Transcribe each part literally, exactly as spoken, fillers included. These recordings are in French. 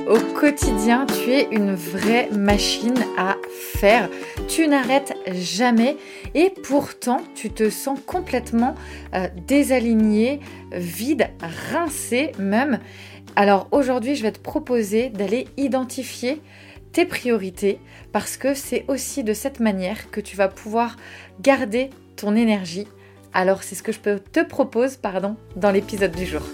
Au quotidien, tu es une vraie machine à faire. Tu n'arrêtes jamais et pourtant, tu te sens complètement euh, désaligné, vide, rincé même. Alors aujourd'hui, je vais te proposer d'aller identifier tes priorités parce que c'est aussi de cette manière que tu vas pouvoir garder ton énergie. Alors c'est ce que je te propose pardon, dans l'épisode du jour.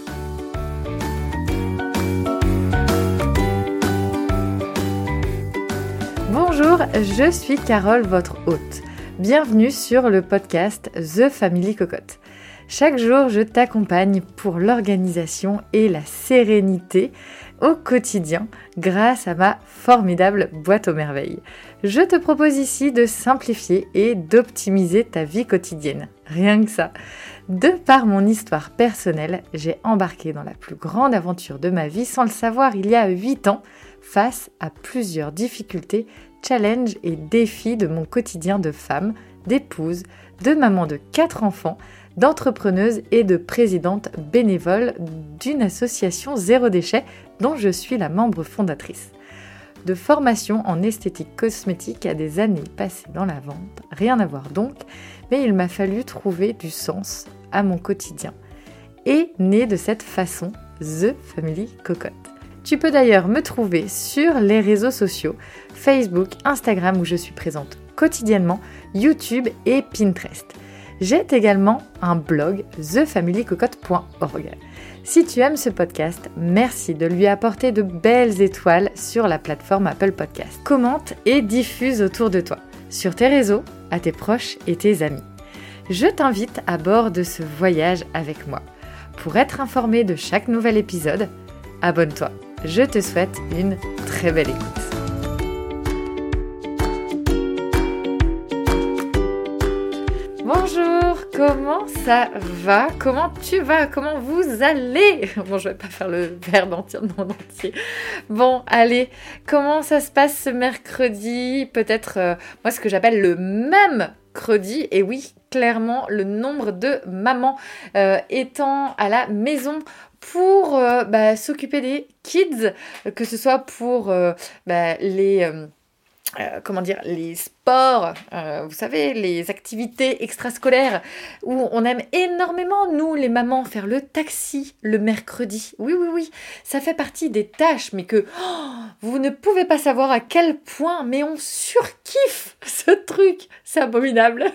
Bonjour, je suis Carole, votre hôte. Bienvenue sur le podcast The Family Cocotte. Chaque jour, je t'accompagne pour l'organisation et la sérénité au quotidien grâce à ma formidable boîte aux merveilles. Je te propose ici de simplifier et d'optimiser ta vie quotidienne. Rien que ça. De par mon histoire personnelle, j'ai embarqué dans la plus grande aventure de ma vie sans le savoir il y a huit ans face à plusieurs difficultés, challenges et défis de mon quotidien de femme, d'épouse, de maman de quatre enfants, d'entrepreneuse et de présidente bénévole d'une association Zéro Déchet dont je suis la membre fondatrice. De formation en esthétique cosmétique à des années passées dans la vente, rien à voir donc, mais il m'a fallu trouver du sens à mon quotidien. Et né de cette façon, The Family Cocotte. Tu peux d'ailleurs me trouver sur les réseaux sociaux, Facebook, Instagram où je suis présente quotidiennement, YouTube et Pinterest. J'ai également un blog the family cocotte point org. Si tu aimes ce podcast, merci de lui apporter de belles étoiles sur la plateforme Apple Podcast. Commente et diffuse autour de toi, sur tes réseaux, à tes proches et tes amis. Je t'invite à bord de ce voyage avec moi. Pour être informé de chaque nouvel épisode, abonne-toi. Je te souhaite une très belle écoute. Bonjour, comment ça va? Comment tu vas? Comment vous allez? Bon, je vais pas faire le verbe entier, non, entier. Bon, allez, comment ça se passe ce mercredi? Peut-être, euh, moi, ce que j'appelle le même mercredi. Et oui, clairement, le nombre de mamans euh, étant à la maison pour euh, bah, s'occuper des kids, que ce soit pour euh, bah, les... Euh, Euh, comment dire, les sports, euh, vous savez, les activités extrascolaires où on aime énormément, nous, les mamans, faire le taxi le mercredi. Oui, oui, oui, ça fait partie des tâches, mais que oh, vous ne pouvez pas savoir à quel point, mais on surkiffe ce truc, c'est abominable.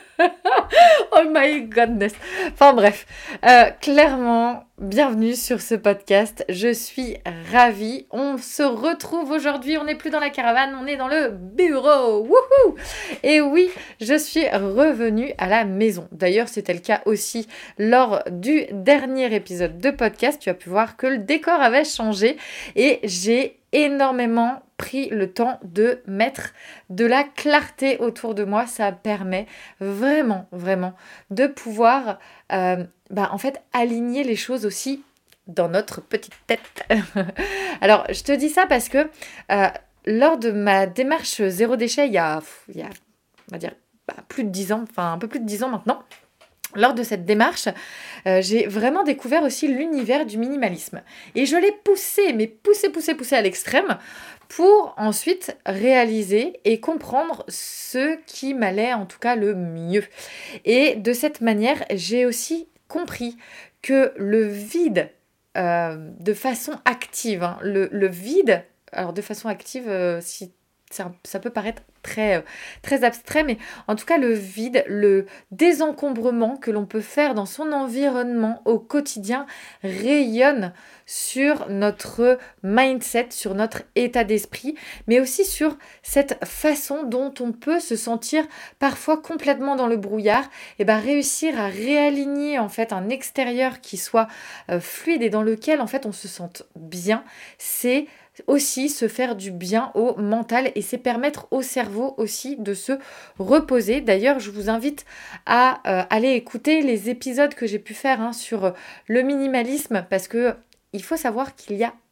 Oh my goodness. Enfin bref, euh, clairement, bienvenue sur ce podcast, je suis ravie. On se retrouve aujourd'hui, on n'est plus dans la caravane, on est dans le bureau. Wouhou! Et oui, je suis revenue à la maison. D'ailleurs, c'était le cas aussi lors du dernier épisode de podcast. Tu as pu voir que le décor avait changé et j'ai énormément pris le temps de mettre de la clarté autour de moi. Ça permet vraiment, vraiment de pouvoir euh, bah, en fait aligner les choses aussi dans notre petite tête. Alors, je te dis ça parce que euh, lors de ma démarche zéro déchet, il y a, il y a on va dire, bah, plus de dix ans, enfin un peu plus de dix ans maintenant, lors de cette démarche, euh, j'ai vraiment découvert aussi l'univers du minimalisme. Et je l'ai poussé, mais poussé, poussé, poussé à l'extrême pour ensuite réaliser et comprendre ce qui m'allait en tout cas le mieux. Et de cette manière, j'ai aussi compris que le vide, euh, de façon active, hein, le, le vide, alors de façon active, euh, si ça, ça peut paraître très, très abstrait, mais en tout cas le vide, le désencombrement que l'on peut faire dans son environnement au quotidien rayonne sur notre mindset, sur notre état d'esprit, mais aussi sur cette façon dont on peut se sentir parfois complètement dans le brouillard, et ben réussir à réaligner en fait un extérieur qui soit euh, fluide et dans lequel en fait on se sente bien, c'est aussi se faire du bien au mental et c'est permettre au cerveau aussi de se reposer. D'ailleurs, je vous invite à euh, aller écouter les épisodes que j'ai pu faire hein, sur le minimalisme parce que il faut savoir qu'il y a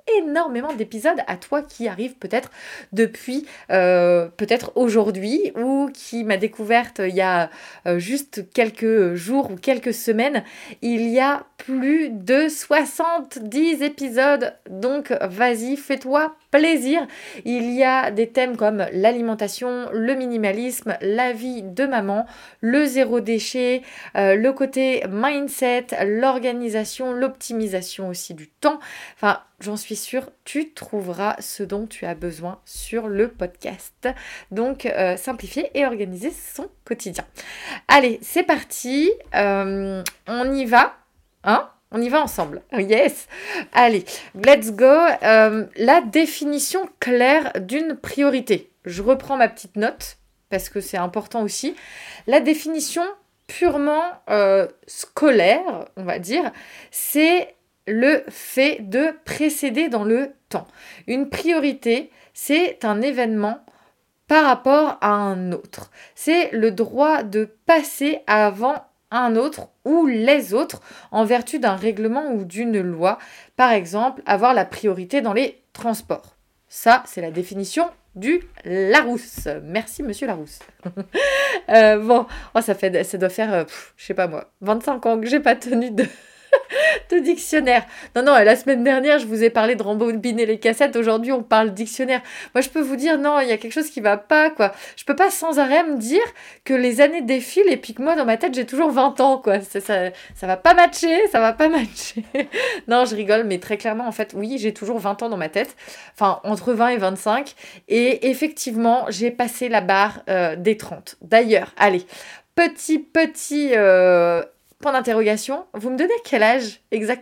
énormément d'épisodes à toi qui arrive peut-être depuis euh, peut-être aujourd'hui ou qui m'a découverte il y a euh, juste quelques jours ou quelques semaines. Il y a plus de soixante-dix épisodes, donc vas-y, fais-toi plaisir. Il y a des thèmes comme l'alimentation, le minimalisme, la vie de maman, le zéro déchet, euh, le côté mindset, l'organisation, l'optimisation aussi du temps. Enfin, j'en suis sûre, tu trouveras ce dont tu as besoin sur le podcast. Donc, euh, simplifier et organiser son quotidien. Allez, c'est parti. Euh, on y va. Hein ? On y va ensemble. Yes. Allez, let's go. Euh, la définition claire d'une priorité. Je reprends ma petite note parce que c'est important aussi. La définition purement euh, scolaire, on va dire, c'est le fait de précéder dans le temps. Une priorité, c'est un événement par rapport à un autre. C'est le droit de passer avant un autre ou les autres en vertu d'un règlement ou d'une loi. Par exemple, avoir la priorité dans les transports. Ça, c'est la définition du Larousse. Merci, monsieur Larousse. euh, bon, oh, ça, fait, ça doit faire, euh, pff, je sais pas moi, vingt-cinq ans que j'ai pas tenu de... de dictionnaire. Non, non, la semaine dernière, je vous ai parlé de rembobiner les cassettes. Aujourd'hui, on parle dictionnaire. Moi, je peux vous dire, non, il y a quelque chose qui va pas, quoi. Je peux pas sans arrêt me dire que les années défilent et puis que moi, dans ma tête, j'ai toujours vingt ans, quoi. Ça, ça, ça va pas matcher, ça va pas matcher. Non, je rigole, mais très clairement, en fait, oui, j'ai toujours vingt ans dans ma tête. Enfin, entre vingt et vingt-cinq. Et effectivement, j'ai passé la barre euh, des trente. D'ailleurs, allez, petit, petit... Euh, point d'interrogation, vous me donnez quel âge exactement ?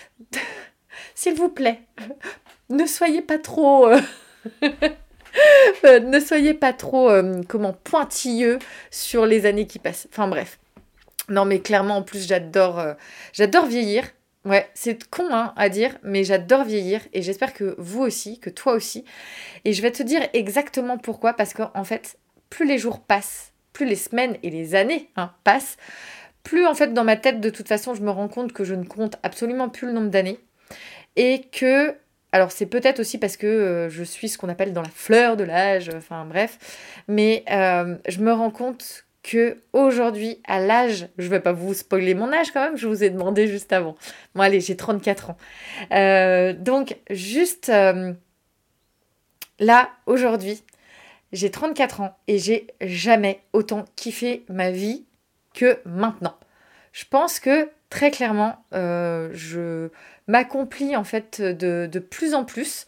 S'il vous plaît, ne soyez pas trop... Euh... euh, ne soyez pas trop, euh, comment, pointilleux sur les années qui passent. Enfin bref. Non mais clairement, en plus, j'adore, euh, j'adore vieillir. Ouais, c'est con hein, à dire, mais j'adore vieillir et j'espère que vous aussi, que toi aussi. Et je vais te dire exactement pourquoi, parce qu'en fait, plus les jours passent, plus les semaines et les années hein, passent, plus en fait dans ma tête de toute façon je me rends compte que je ne compte absolument plus le nombre d'années et que, alors c'est peut-être aussi parce que euh, je suis ce qu'on appelle dans la fleur de l'âge, enfin bref, mais euh, je me rends compte que aujourd'hui à l'âge, je vais pas vous spoiler mon âge quand même, je vous ai demandé juste avant. Bon allez, j'ai trente-quatre ans. Euh, donc juste euh, là aujourd'hui, j'ai trente-quatre ans et j'ai jamais autant kiffé ma vie que maintenant. Je pense que très clairement, euh, je m'accomplis en fait de, de plus en plus.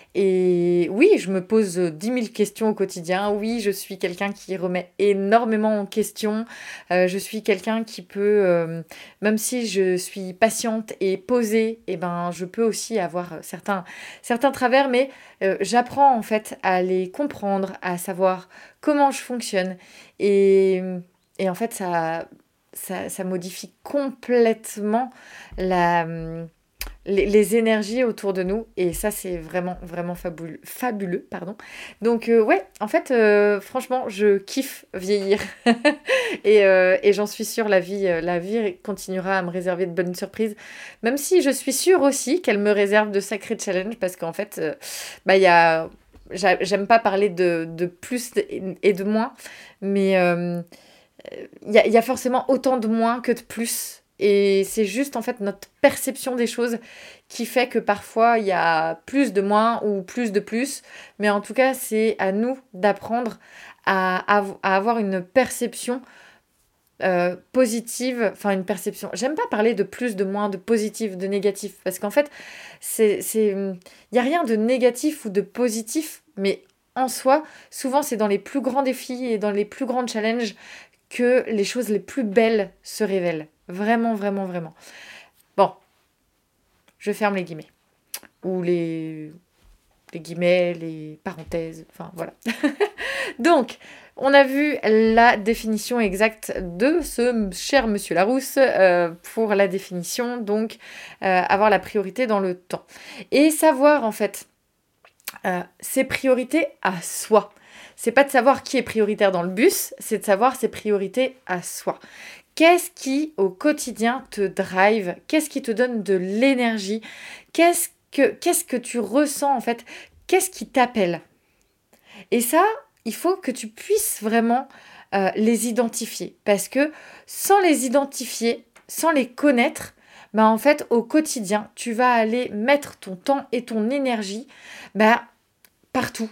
Et oui, je me pose dix mille questions au quotidien. Oui, je suis quelqu'un qui remet énormément en question. Euh, je suis quelqu'un qui peut, euh, même si je suis patiente et posée, eh ben, je peux aussi avoir certains, certains travers, mais euh, j'apprends en fait à les comprendre, à savoir comment je fonctionne. Et... Et en fait, ça, ça, ça modifie complètement la, les, les énergies autour de nous. Et ça, c'est vraiment, vraiment fabuleux. fabuleux pardon. Donc, euh, ouais, en fait, euh, franchement, je kiffe vieillir. et, euh, et j'en suis sûre, la vie, la vie continuera à me réserver de bonnes surprises. Même si je suis sûre aussi qu'elle me réserve de sacrés challenges. Parce qu'en fait, euh, bah, il y a... J'aime pas parler de, de plus et de moins. Mais... Euh, Il y, a, il y a forcément autant de moins que de plus. Et c'est juste en fait notre perception des choses qui fait que parfois il y a plus de moins ou plus de plus. Mais en tout cas, c'est à nous d'apprendre à, à, à avoir une perception euh, positive. Enfin, une perception... J'aime pas parler de plus, de moins, de positif, de négatif. Parce qu'en fait, c'est, c'est... il n'y a rien de négatif ou de positif. Mais en soi, souvent c'est dans les plus grands défis et dans les plus grands challenges que les choses les plus belles se révèlent. Vraiment, vraiment, vraiment. Bon, je ferme les guillemets. Ou les, les guillemets, les parenthèses, enfin voilà. Donc, on a vu la définition exacte de ce cher monsieur Larousse euh, pour la définition, donc euh, avoir la priorité dans le temps. Et savoir en fait euh, ses priorités à soi. C'est pas de savoir qui est prioritaire dans le bus, c'est de savoir ses priorités à soi. Qu'est-ce qui, au quotidien, te drive ? Qu'est-ce qui te donne de l'énergie ? Qu'est-ce que, qu'est-ce que tu ressens en fait? Qu'est-ce qui t'appelle? Et ça, il faut que tu puisses vraiment euh, les identifier. Parce que sans les identifier, sans les connaître, bah en fait, au quotidien, tu vas aller mettre ton temps et ton énergie bah, partout.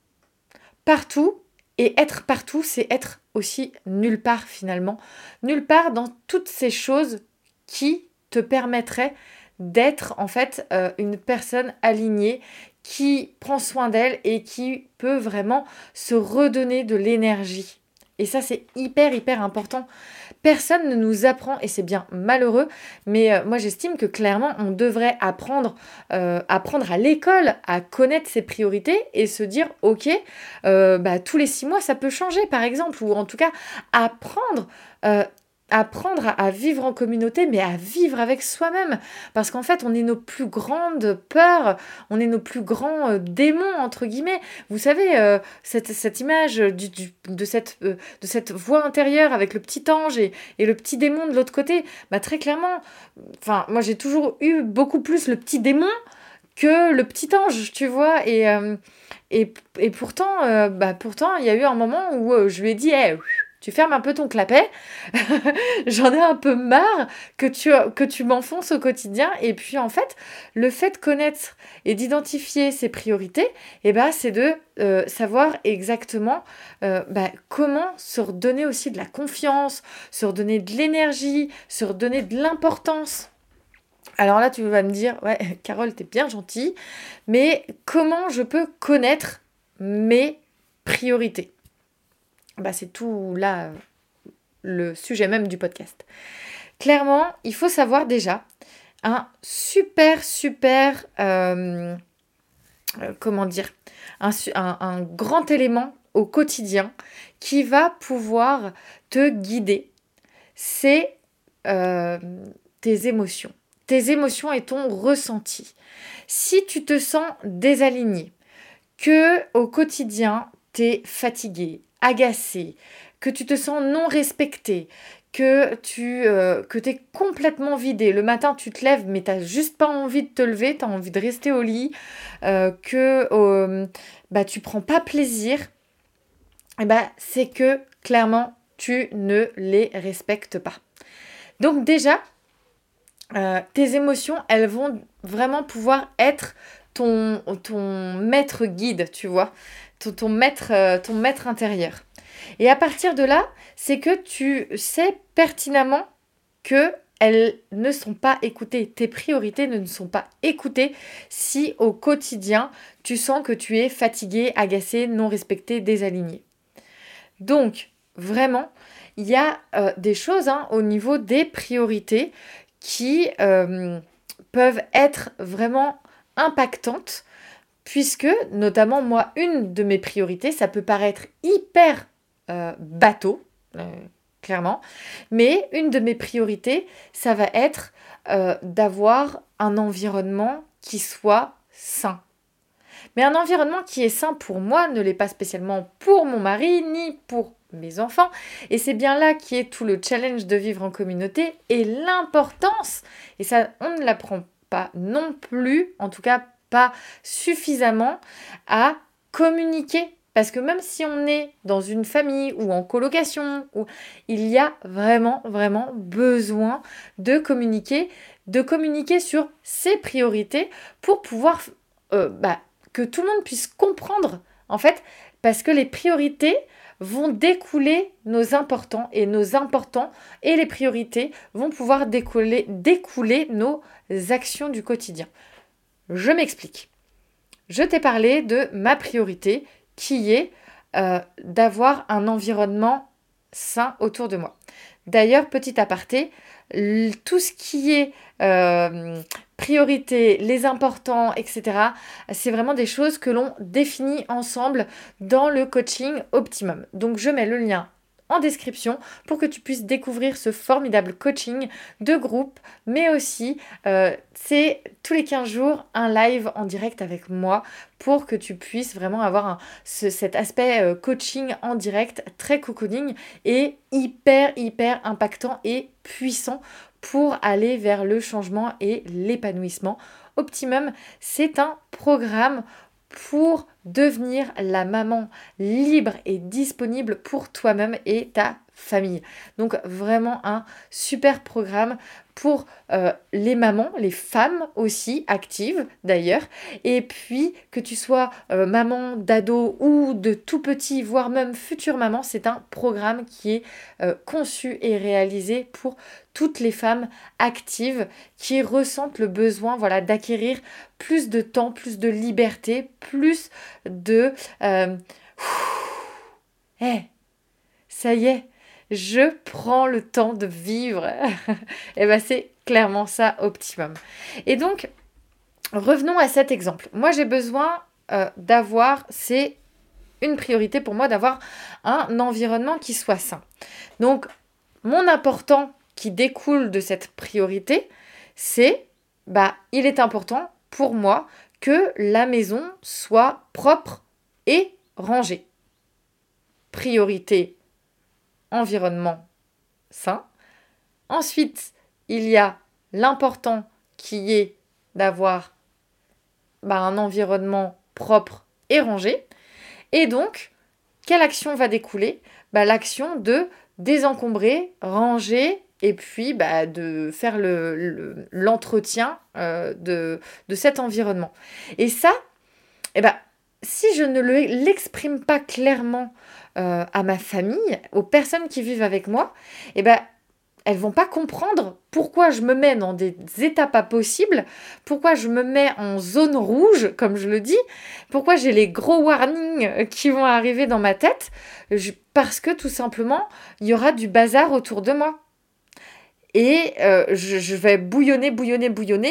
Partout. Et être partout, c'est être aussi nulle part finalement. Nulle part dans toutes ces choses qui te permettraient d'être en fait euh, une personne alignée qui prend soin d'elle et qui peut vraiment se redonner de l'énergie. Et ça, c'est hyper, hyper important. Personne ne nous apprend, et c'est bien malheureux, mais euh, moi j'estime que clairement, on devrait apprendre, euh, apprendre à l'école à connaître ses priorités et se dire, ok, euh, bah, tous les six mois, ça peut changer, par exemple, ou en tout cas, apprendre... Euh, apprendre à, à vivre en communauté, mais à vivre avec soi-même. Parce qu'en fait, on est nos plus grandes peurs, on est nos plus grands euh, démons, entre guillemets. Vous savez, euh, cette, cette image du, du, de, cette, euh, de cette voix intérieure avec le petit ange et, et le petit démon de l'autre côté, bah, très clairement, enfin, moi j'ai toujours eu beaucoup plus le petit démon que le petit ange, tu vois. Et, euh, et, et pourtant, euh, bah, pourtant, il y a eu un moment où euh, je lui ai dit, hey, tu fermes un peu ton clapet, j'en ai un peu marre que tu, que tu m'enfonces au quotidien. Et puis en fait, le fait de connaître et d'identifier ses priorités, eh ben, c'est de euh, savoir exactement euh, bah, comment se redonner aussi de la confiance, se redonner de l'énergie, se redonner de l'importance. Alors là, tu vas me dire, ouais, Carole, t'es bien gentille, mais comment je peux connaître mes priorités ? Bah, c'est tout là le sujet même du podcast. Clairement, il faut savoir déjà un super, super, euh, euh, comment dire, un, un, un grand élément au quotidien qui va pouvoir te guider, c'est euh, tes émotions. Tes émotions et ton ressenti. Si tu te sens désaligné, que au quotidien, t'es fatigué, agacé, que tu te sens non respecté, que tu euh, que t'es complètement vidé. Le matin, tu te lèves, mais t'as juste pas envie de te lever, t'as envie de rester au lit, euh, que euh, bah, tu prends pas plaisir, et bah, c'est que clairement, tu ne les respectes pas. Donc déjà, euh, tes émotions, elles vont vraiment pouvoir être ton, ton maître guide, tu vois. Ton, ton, maître, euh, ton maître intérieur. Et à partir de là, c'est que tu sais pertinemment qu'elles ne sont pas écoutées. Tes priorités ne sont pas écoutées si au quotidien, tu sens que tu es fatigué, agacé, non respecté, désaligné. Donc, vraiment, il y a euh, des choses hein, au niveau des priorités qui euh, peuvent être vraiment impactantes. Puisque, notamment, moi, une de mes priorités, ça peut paraître hyper euh, bateau, euh, clairement, mais une de mes priorités, ça va être euh, d'avoir un environnement qui soit sain. Mais un environnement qui est sain pour moi ne l'est pas spécialement pour mon mari, ni pour mes enfants. Et c'est bien là qui est tout le challenge de vivre en communauté et l'importance, et ça, on ne l'apprend pas non plus, en tout cas pas suffisamment à communiquer. Parce que même si on est dans une famille ou en colocation, où il y a vraiment, vraiment besoin de communiquer, de communiquer sur ses priorités pour pouvoir euh, bah, que tout le monde puisse comprendre, en fait, parce que les priorités vont découler nos importants et nos importants et les priorités vont pouvoir découler, découler nos actions du quotidien. Je m'explique. Je t'ai parlé de ma priorité qui est euh, d'avoir un environnement sain autour de moi. D'ailleurs, petit aparté, tout ce qui est euh, priorité, les importants, et cetera, c'est vraiment des choses que l'on définit ensemble dans le coaching Optimum. Donc, je mets le lien en description pour que tu puisses découvrir ce formidable coaching de groupe, mais aussi euh, c'est tous les quinze jours un live en direct avec moi pour que tu puisses vraiment avoir un, ce, cet aspect euh, coaching en direct très cocooning et hyper hyper impactant et puissant pour aller vers le changement et l'épanouissement optimum. C'est un programme pour devenir la maman libre et disponible pour toi-même et ta famille. Donc vraiment un super programme pour euh, les mamans, les femmes aussi actives d'ailleurs, et puis que tu sois euh, maman d'ado ou de tout petit, voire même future maman, c'est un programme qui est euh, conçu et réalisé pour toutes les femmes actives qui ressentent le besoin, voilà, d'acquérir plus de temps, plus de liberté, plus de... Euh, hey, ça y est, je prends le temps de vivre. Et bien c'est clairement ça optimum. Et donc, revenons à cet exemple. Moi, j'ai besoin euh, d'avoir, c'est une priorité pour moi, d'avoir un environnement qui soit sain. Donc, mon important qui découle de cette priorité, c'est, bah, il est important pour moi que la maison soit propre et rangée. Priorité, environnement sain. Ensuite, il y a l'important qui est d'avoir bah, un environnement propre et rangé. Et donc, quelle action va découler ? Bah, l'action de désencombrer, ranger et puis bah, de faire le, le, l'entretien euh, de, de cet environnement. Et ça, eh ben, si je ne le, l'exprime pas clairement euh, à ma famille, aux personnes qui vivent avec moi, eh ben, elles vont pas comprendre pourquoi je me mets dans des états pas possibles, pourquoi je me mets en zone rouge, comme je le dis, pourquoi j'ai les gros warnings qui vont arriver dans ma tête, je, parce que tout simplement, il y aura du bazar autour de moi. Et euh, je, je vais bouillonner, bouillonner, bouillonner.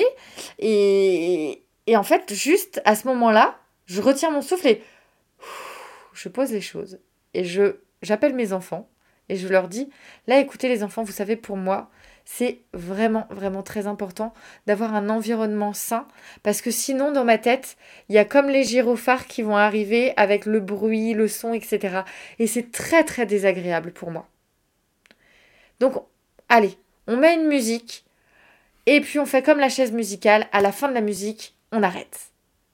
Et, et en fait, juste à ce moment-là, je retiens mon souffle et je pose les choses. Et je, j'appelle mes enfants et je leur dis, là, écoutez les enfants, vous savez, pour moi, c'est vraiment, vraiment très important d'avoir un environnement sain. Parce que sinon, dans ma tête, il y a comme les gyrophares qui vont arriver avec le bruit, le son, et cetera. Et c'est très, très désagréable pour moi. Donc, allez, on met une musique et puis on fait comme la chaise musicale. À la fin de la musique, on arrête.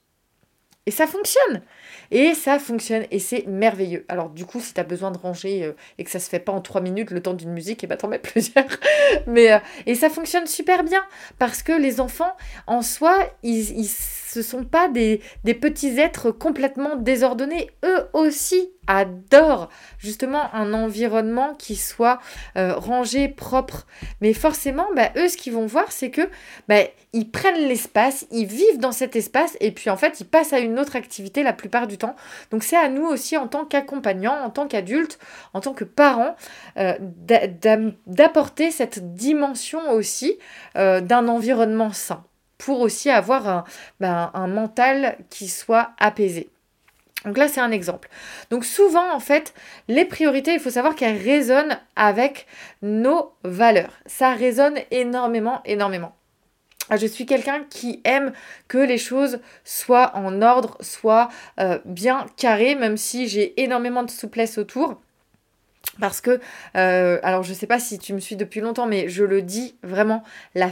Et ça fonctionne. Et ça fonctionne et c'est merveilleux. Alors du coup, si tu as besoin de ranger euh, et que ça se fait pas en trois minutes le temps d'une musique, et bah t'en mets plusieurs. Mais, euh, et ça fonctionne super bien parce que les enfants, en soi, ils, ils ce sont pas des, des petits êtres complètement désordonnés. Eux aussi adorent justement un environnement qui soit euh, rangé, propre. Mais forcément, bah, eux, ce qu'ils vont voir, c'est que bah, ils prennent l'espace, ils vivent dans cet espace et puis en fait, ils passent à une autre activité la plupart du temps. Donc c'est à nous aussi en tant qu'accompagnants, en tant qu'adultes, en tant que parents, euh, d'a- d'a- d'apporter cette dimension aussi euh, d'un environnement sain pour aussi avoir un, ben, un mental qui soit apaisé. Donc là, c'est un exemple. Donc souvent, en fait, les priorités, il faut savoir qu'elles résonnent avec nos valeurs. Ça résonne énormément, énormément. Je suis quelqu'un qui aime que les choses soient en ordre, soient euh, bien carrées, même si j'ai énormément de souplesse autour. Parce que, euh, alors je sais pas si tu me suis depuis longtemps, mais je le dis vraiment, la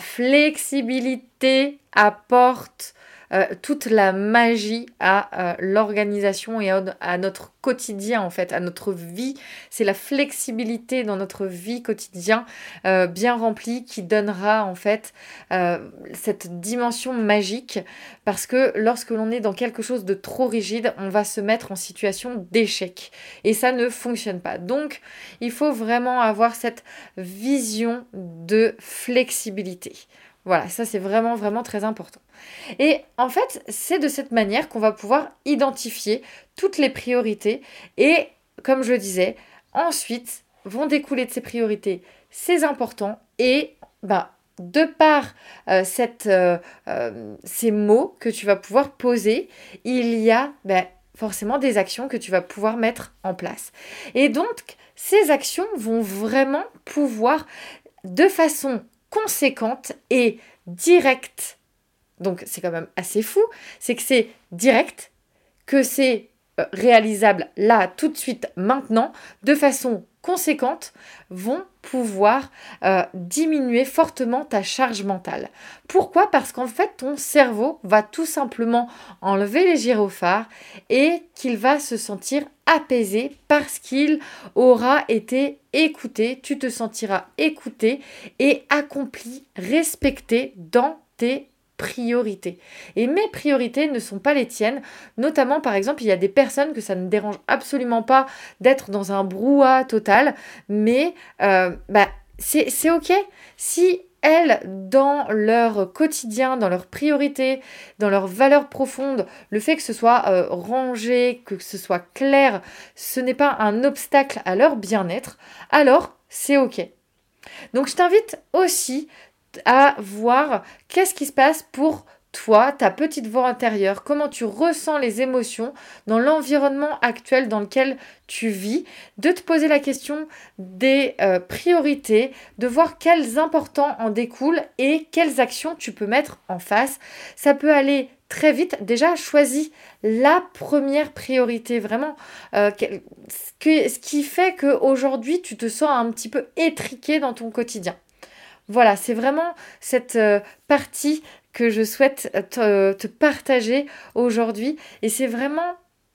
flexibilité apporte euh, toute la magie à euh, l'organisation et à, à notre quotidien en fait, à notre vie. C'est la flexibilité dans notre vie quotidienne euh, bien remplie qui donnera en fait euh, cette dimension magique parce que lorsque l'on est dans quelque chose de trop rigide, on va se mettre en situation d'échec et ça ne fonctionne pas. Donc, il faut vraiment avoir cette vision de flexibilité. Voilà, ça c'est vraiment, vraiment très important. Et en fait, c'est de cette manière qu'on va pouvoir identifier toutes les priorités et, comme je le disais, ensuite vont découler de ces priorités ces importants et bah, de par euh, cette, euh, euh, ces mots que tu vas pouvoir poser, il y a bah, forcément des actions que tu vas pouvoir mettre en place. Et donc, ces actions vont vraiment pouvoir, de façon conséquente et directe, donc c'est quand même assez fou, c'est que c'est direct, que c'est réalisable là, tout de suite, maintenant, de façon conséquente, vont pouvoir euh, diminuer fortement ta charge mentale. Pourquoi ? Parce qu'en fait, ton cerveau va tout simplement enlever les gyrophares et qu'il va se sentir apaisé parce qu'il aura été écouté. Tu te sentiras écouté et accompli, respecté dans tes priorités. Et mes priorités ne sont pas les tiennes. Notamment, par exemple, il y a des personnes que ça ne dérange absolument pas d'être dans un brouhaha total, mais euh, bah, c'est, c'est ok. Si elles, dans leur quotidien, dans leurs priorités, dans leurs valeurs profondes, le fait que ce soit euh, rangé, que ce soit clair, ce n'est pas un obstacle à leur bien-être, alors c'est ok. Donc je t'invite aussi à voir qu'est-ce qui se passe pour toi, ta petite voix intérieure, comment tu ressens les émotions dans l'environnement actuel dans lequel tu vis, de te poser la question des euh, priorités, de voir quels importants en découlent et quelles actions tu peux mettre en face. Ça peut aller très vite. Déjà, choisis la première priorité, vraiment, euh, ce, que, ce qui fait qu'aujourd'hui, tu te sens un petit peu étriqué dans ton quotidien. Voilà, c'est vraiment cette euh, partie que je souhaite te, te partager aujourd'hui. Et c'est vraiment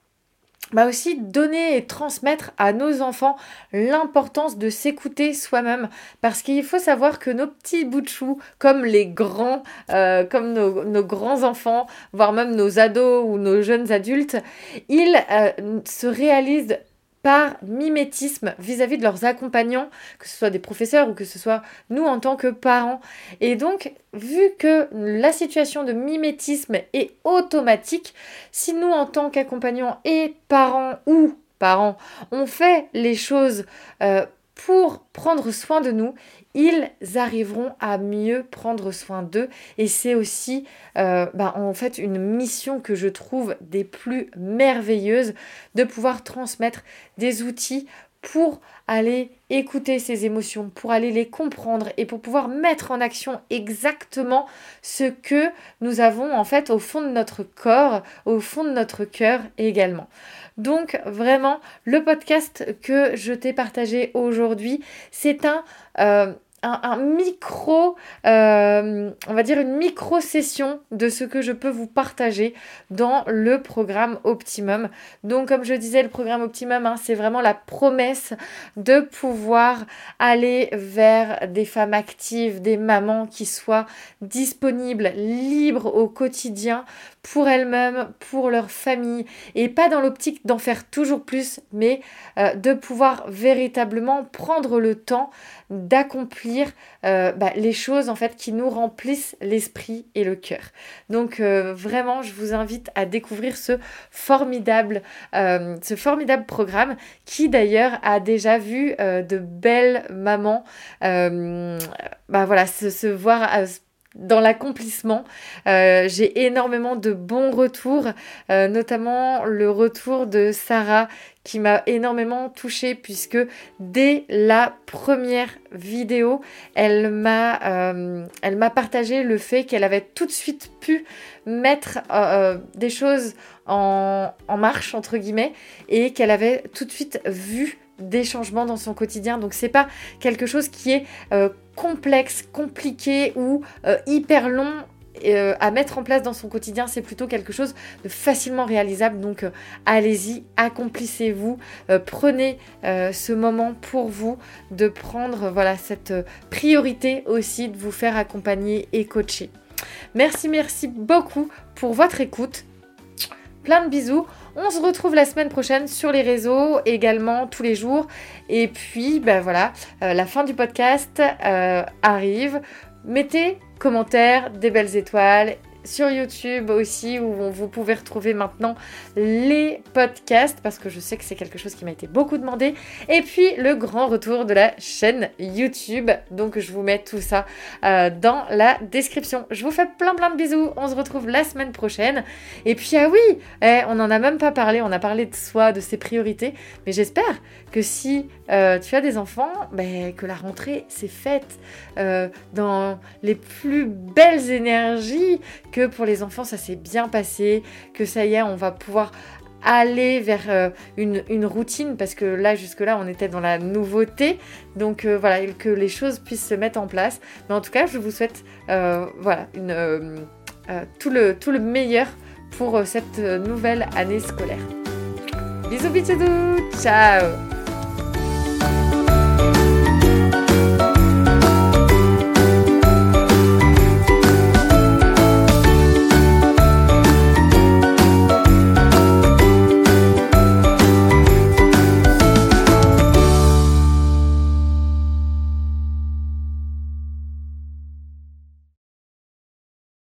bah aussi donner et transmettre à nos enfants l'importance de s'écouter soi-même. Parce qu'il faut savoir que nos petits bouts de chou, comme les grands, euh, comme nos, nos grands-enfants, voire même nos ados ou nos jeunes adultes, ils euh, se réalisent par mimétisme vis-à-vis de leurs accompagnants, que ce soit des professeurs ou que ce soit nous en tant que parents. Et donc, vu que la situation de mimétisme est automatique, si nous en tant qu'accompagnants et parents ou parents, on fait les choses euh, pour prendre soin de nous, ils arriveront à mieux prendre soin d'eux. Et c'est aussi euh, bah, en fait une mission que je trouve des plus merveilleuses, de pouvoir transmettre des outils pour aller écouter ces émotions, pour aller les comprendre et pour pouvoir mettre en action exactement ce que nous avons en fait au fond de notre corps, au fond de notre cœur également. Donc vraiment, le podcast que je t'ai partagé aujourd'hui, c'est un... Euh, Un, un micro, euh, on va dire une micro-session de ce que je peux vous partager dans le programme Optimum. Donc, comme je disais, le programme Optimum, hein, c'est vraiment la promesse de pouvoir aller vers des femmes actives, des mamans qui soient disponibles, libres au quotidien pour elles-mêmes, pour leur famille, et pas dans l'optique d'en faire toujours plus, mais euh, de pouvoir véritablement prendre le temps d'accomplir euh, bah, les choses en fait qui nous remplissent l'esprit et le cœur. Donc euh, vraiment, je vous invite à découvrir ce formidable, euh, ce formidable programme qui d'ailleurs a déjà vu euh, de belles mamans euh, bah, voilà, se, se voir euh, dans l'accomplissement. Euh, j'ai énormément de bons retours, euh, notamment le retour de Sarah qui m'a énormément touchée puisque dès la première vidéo, elle m'a, euh, elle m'a partagé le fait qu'elle avait tout de suite pu mettre euh, des choses en, en marche, entre guillemets, et qu'elle avait tout de suite vu des changements dans son quotidien. Donc c'est pas quelque chose qui est euh, complexe, compliqué ou euh, hyper long euh, à mettre en place dans son quotidien. C'est plutôt quelque chose de facilement réalisable. Donc euh, allez-y, accomplissez-vous, euh, prenez euh, ce moment pour vous, de prendre euh, voilà cette euh, priorité aussi de vous faire accompagner et coacher. Merci, merci beaucoup pour votre écoute. Plein de bisous. On se retrouve la semaine prochaine sur les réseaux, également tous les jours. Et puis, ben voilà, euh, la fin du podcast euh, arrive. Mettez commentaires, des belles étoiles. sur YouTube aussi, où vous pouvez retrouver maintenant les podcasts, parce que je sais que c'est quelque chose qui m'a été beaucoup demandé. Et puis le grand retour de la chaîne YouTube. Donc je vous mets tout ça euh, dans la description. Je vous fais plein plein de bisous. On se retrouve la semaine prochaine. Et puis ah oui, eh, on n'en a même pas parlé. On a parlé de soi, de ses priorités. Mais j'espère que si euh, tu as des enfants, ben, que la rentrée s'est faite euh, dans les plus belles énergies, que pour les enfants ça s'est bien passé, que ça y est, on va pouvoir aller vers euh, une, une routine, parce que là jusque là on était dans la nouveauté, donc euh, voilà, que les choses puissent se mettre en place. Mais en tout cas je vous souhaite euh, voilà, une, euh, euh, tout, le, tout le meilleur pour euh, cette nouvelle année scolaire. Bisous bisous, ciao.